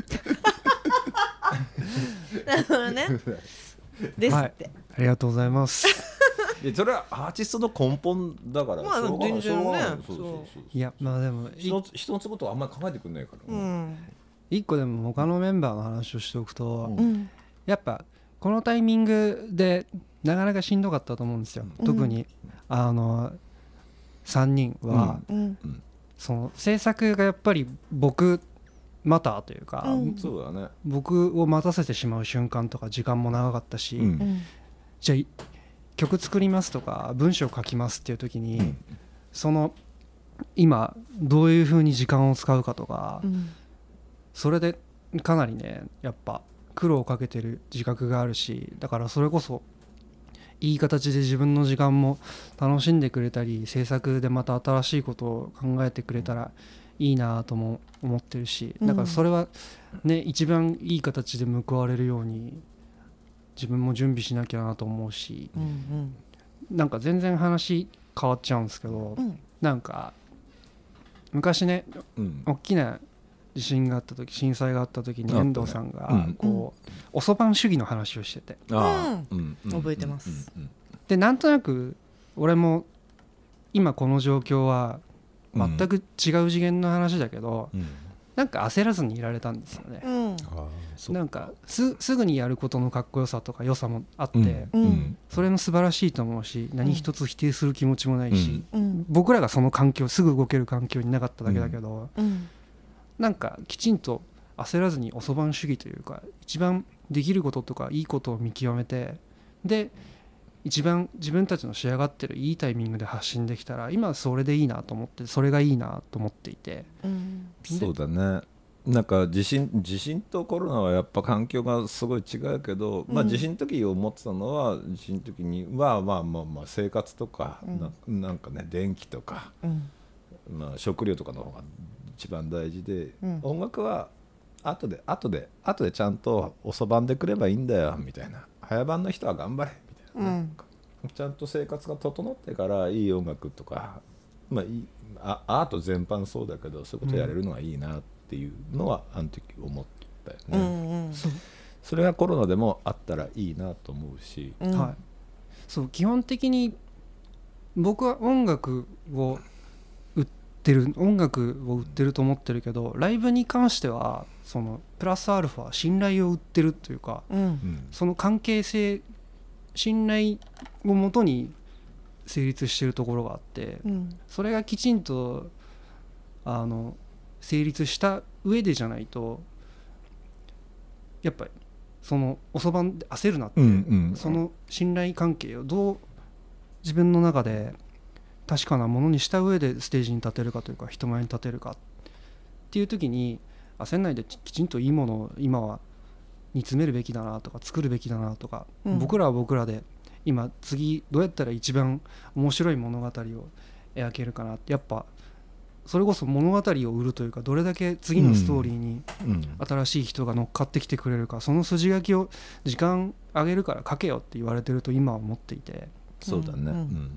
なるほどねですって、はい、 ありがとうございますそれはアーティストの根本だから、 まあ全然ねいやまあでも人の人の都合とかあんまり考えてくんないから、うん、 一個でも他のメンバーの話をしておくと、うん、やっぱこのタイミングでなかなかしんどかったと思うんですよ、うん、特にあのさんにんは、うん、その制作がやっぱり僕またというか、うん、 そうだね、 僕を待たせてしまう瞬間とか時間も長かったし、うん、じゃあ曲作りますとか文章書きますっていう時に、うん、その今どういう風に時間を使うかとか、うん、それでかなりねやっぱ苦労をかけてる自覚があるし、だからそれこそいい形で自分の時間も楽しんでくれたり制作でまた新しいことを考えてくれたらいいなとも思ってるし、だからそれはね一番いい形で報われるように自分も準備しなきゃなと思うし、うんうん、なんか全然話変わっちゃうんですけど、うん、なんか昔ね、うん、大きな地震があった時震災があった時に遠藤さんがこう、うん、おそばん主義の話をしてて、 あ、うん、覚えてます、 うんうん、でなんとなく俺も今この状況は全く違う次元の話だけど、うん、なんか焦らずにいられたんですよね、うん、なんか す, すぐにやることのかっこよさとか良さもあって、うん、それも素晴らしいと思うし何一つ否定する気持ちもないし、うん、僕らがその環境すぐ動ける環境になかっただけだけど、うん、なんかきちんと焦らずにおそばん主義というか一番できることとかいいことを見極めてで一番自分たちの仕上がってるいいタイミングで発信できたら今それでいいなと思ってそれがいいなと思っていて、うん、 そうだね。なんか地震地震とコロナはやっぱ環境がすごい違うけど、うん、まあ地震の時思ってたのは地震の時にはまあまあまあ生活とか、うん、な, なんかね電気とか、うんまあ、食料とかの方が一番大事で、うん、音楽は後で後で後でちゃんと遅番でくればいいんだよみたいな、早番の人は頑張れみたいな、ねうん、ちゃんと生活が整ってからいい音楽とか、まあ、いいあアート全般そうだけどそういうことやれるのはいいなっていうのはあの時思ったよね、うんうん、そ, それがコロナでもあったらいいなと思うし、 うんはい、そう基本的に僕は音楽を売ってる音楽を売ってると思ってるけどライブに関してはそのプラスアルファ信頼を売ってるというか、うん、その関係性信頼をもとに成立しているところがあって、うん、それがきちんとあの成立した上でじゃないとやっぱりその遅番で焦るなって、うんうん、その信頼関係をどう自分の中で確かなものにした上でステージに立てるかというか人前に立てるかっていう時に焦んないできちんといいものを今は煮詰めるべきだなとか作るべきだなとか、うん、僕らは僕らで今次どうやったら一番面白い物語を描けるかなってやっぱそれこそ物語を売るというかどれだけ次のストーリーに新しい人が乗っかってきてくれるか、その筋書きを時間あげるから書けよって言われてると今は思っていて、 そうだね、うんうん、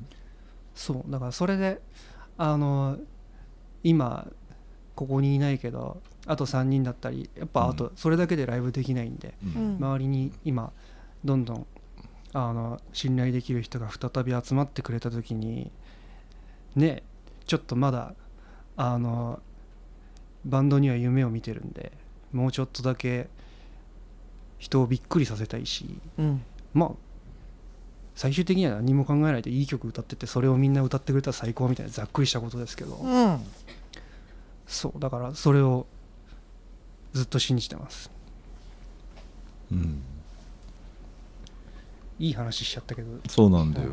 そうだからそれであの今ここにいないけどあとさんにんだったりやっぱあとそれだけでライブできないんで、うん、周りに今どんどんあの信頼できる人が再び集まってくれた時にねちょっとまだあのバンドには夢を見てるんでもうちょっとだけ人をびっくりさせたいし、うん、まあ最終的には何も考えないでいい曲歌っててそれをみんな歌ってくれたら最高みたいなざっくりしたことですけど、うん、そうだからそれをずっと信じてます、うん、いい話しちゃったけどそうなんだよ、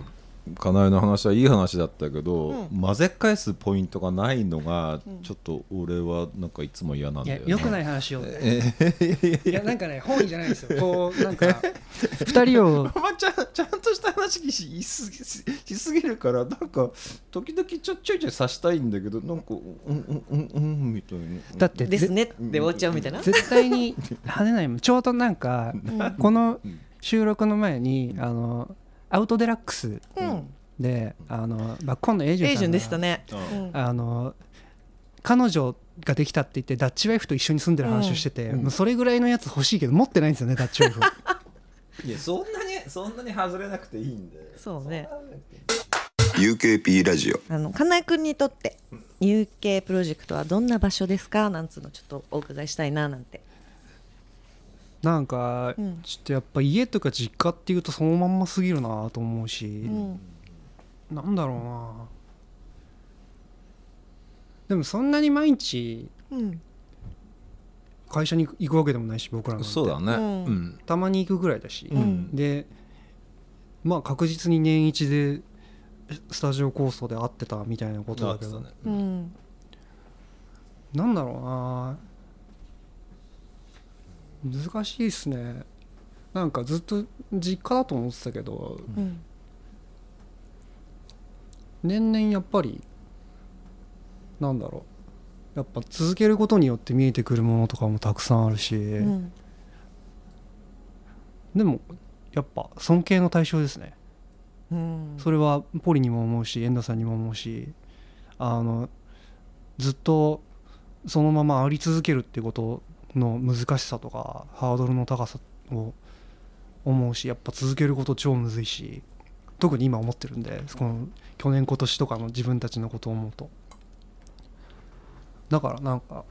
かなえの話はいい話だったけど、うん、混ぜ返すポイントがないのがちょっと俺はなんかいつも嫌なんだよね。 いや、よくない話を、えー、いやなんかね本意じゃないですよ。こうなんかふたりをまあ、ちゃん、ちゃんとした話しすぎ、しすぎるからなんか時々ちょちょいちょい刺したいんだけどなんかうんうんうんうんみたいな。 だってですねって終わっちゃうみたいな。 絶対に跳ねないもん。ちょうどなんか、うん、この収録の前にあのアウトデラックスで、うん、あのバックホーンのエイジュンさんがエイジュンでしたね、 うん、あの彼女ができたって言ってダッチワイフと一緒に住んでる話をしてて、うん、もうそれぐらいのやつ欲しいけど持ってないんですよね、ダッチワイフ。 いや、そんなにそんなに外れなくていいんで。 そうね。 ユーケーピー ラジオ、 あの金井くんにとって ユーケー プロジェクトはどんな場所ですかなんつうのちょっとお伺いしたいななんて。 なんか、うん、ちょっとやっぱ家とか実家っていうとそのまんますぎるなと思うし、うん、なんだろうな。でもそんなに毎日会社に行くわけでもないし僕らなんて。 そうだね、うん、 たまに行くぐらいだし、うん、でまあ確実に年一でスタジオ構想で会ってたみたいなことだけど、ね、うん、なんだろうな、難しいっすね。なんかずっと実家だと思ってたけど、うん、年々やっぱりなんだろう、やっぱ続けることによって見えてくるものとかもたくさんあるし、うん、でもやっぱ尊敬の対象ですね、うん、それはポリにも思うし遠藤さんにも思うし、あのずっとそのままあり続けるっていうことの難しさとかハードルの高さを思うし、やっぱ続けること超むずいし、特に今思ってるんで、この去年今年とかの自分たちのことを思うと、だからなんか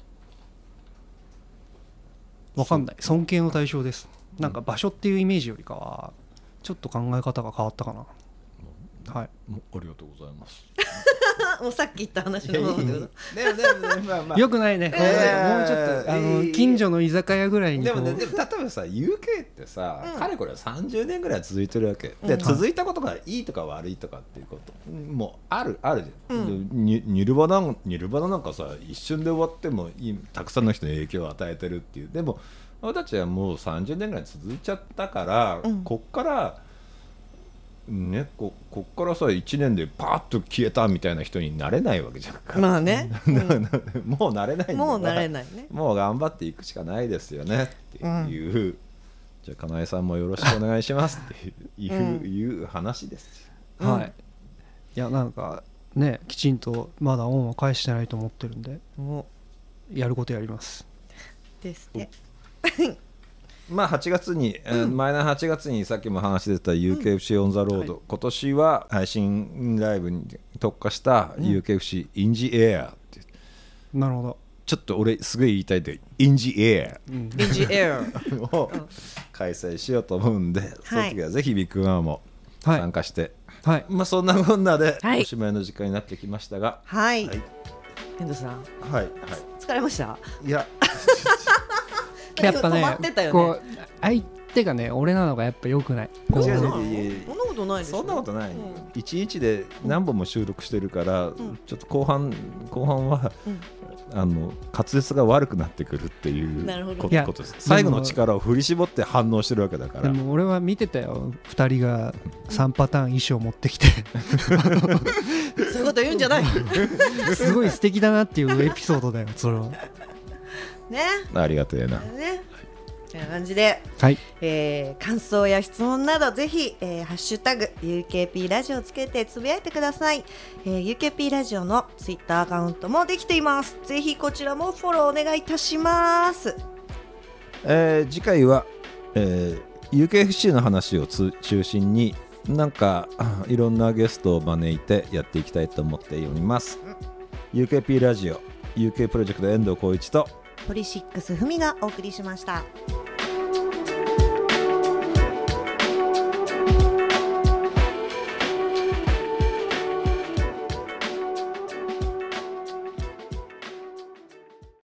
わかんない、尊敬の対象です。なんか場所っていうイメージよりかはちょっと考え方が変わったかな。はい、 もうありがとうございます。 もうさっき言った話のままってこと。 でもでもね、まあまあ、 よくないね。えー、もうちょっとあの近所の居酒屋ぐらいに。 でもね、でも例えばさ ユーケー ってさ、うん、かれこれさんじゅうねんぐらい続いてるわけで、うん、続いたことがいいとか悪いとかっていうこともあるあるじゃん、うん、ニ, ニルバナニルバナなんかさ一瞬で終わってもたくさんの人に影響を与えてるっていう。でも私たちはもうさんじゅうねんぐらい続いちゃったから、うん、こっからね、こ, こっからさいちねんでパーッと消えたみたいな人になれないわけじゃんか。 まあね、 うん、もうなれないんだからもうなれないね。 もう頑張っていくしかないですよねっていう、うん、じゃあ金井さんもよろしくお願いしますっていう、うん、いう話です、 うん、はい。いやなんかねきちんとまだ恩を返してないと思ってるんで、やることやりますですね。 まあはちがつに、うん、前のはちがつにさっきも話出た ユーケーエフシー オンザロード、うん、今年は配信ライブに特化した ユーケーエフシー インジエアって、 うん、なるほど。 ちょっと俺すごい言いたいでインジエア、 うん、インジエアを開催しようと思うんで、はい、その時はぜひビッグマンも参加して、はい、まあそんなこんなでおしまいの時間になってきましたが、 はい、はい、遠藤さん、 はいはい、 疲れました？ いややっぱね、こう相手がね俺なのがやっぱ良くない。 そんなことないでしょ。 そんなことない。一、うん、日で何本も収録してるから、うん、ちょっと後半後半は、うん、あの滑舌が悪くなってくるっていうことです。最後の力を振り絞って反応してるわけだから。 でも俺は見てたよ。ふたりがさんパターン衣装持ってきてそういうこと言うんじゃないすごい素敵だなっていうエピソードだよそれはね。 ありがとうな、 ね、という感じで、 はい、 えー、感想や質問などぜひ、えー、ハッシュタグ ユーケーピー ラジオをつけてつぶやいてください、えー、ユーケーピー ラジオのツイッターアカウントもできています。ぜひこちらもフォローお願いいたします。 えー、次回は、えー、ユーケーエフシー の話をつ中心になんかいろんなゲストを招いてやっていきたいと思っております、うん、ユーケーピー ラジオ ユーケー プロジェクト遠藤浩一とポリシックスふみがお送りしました。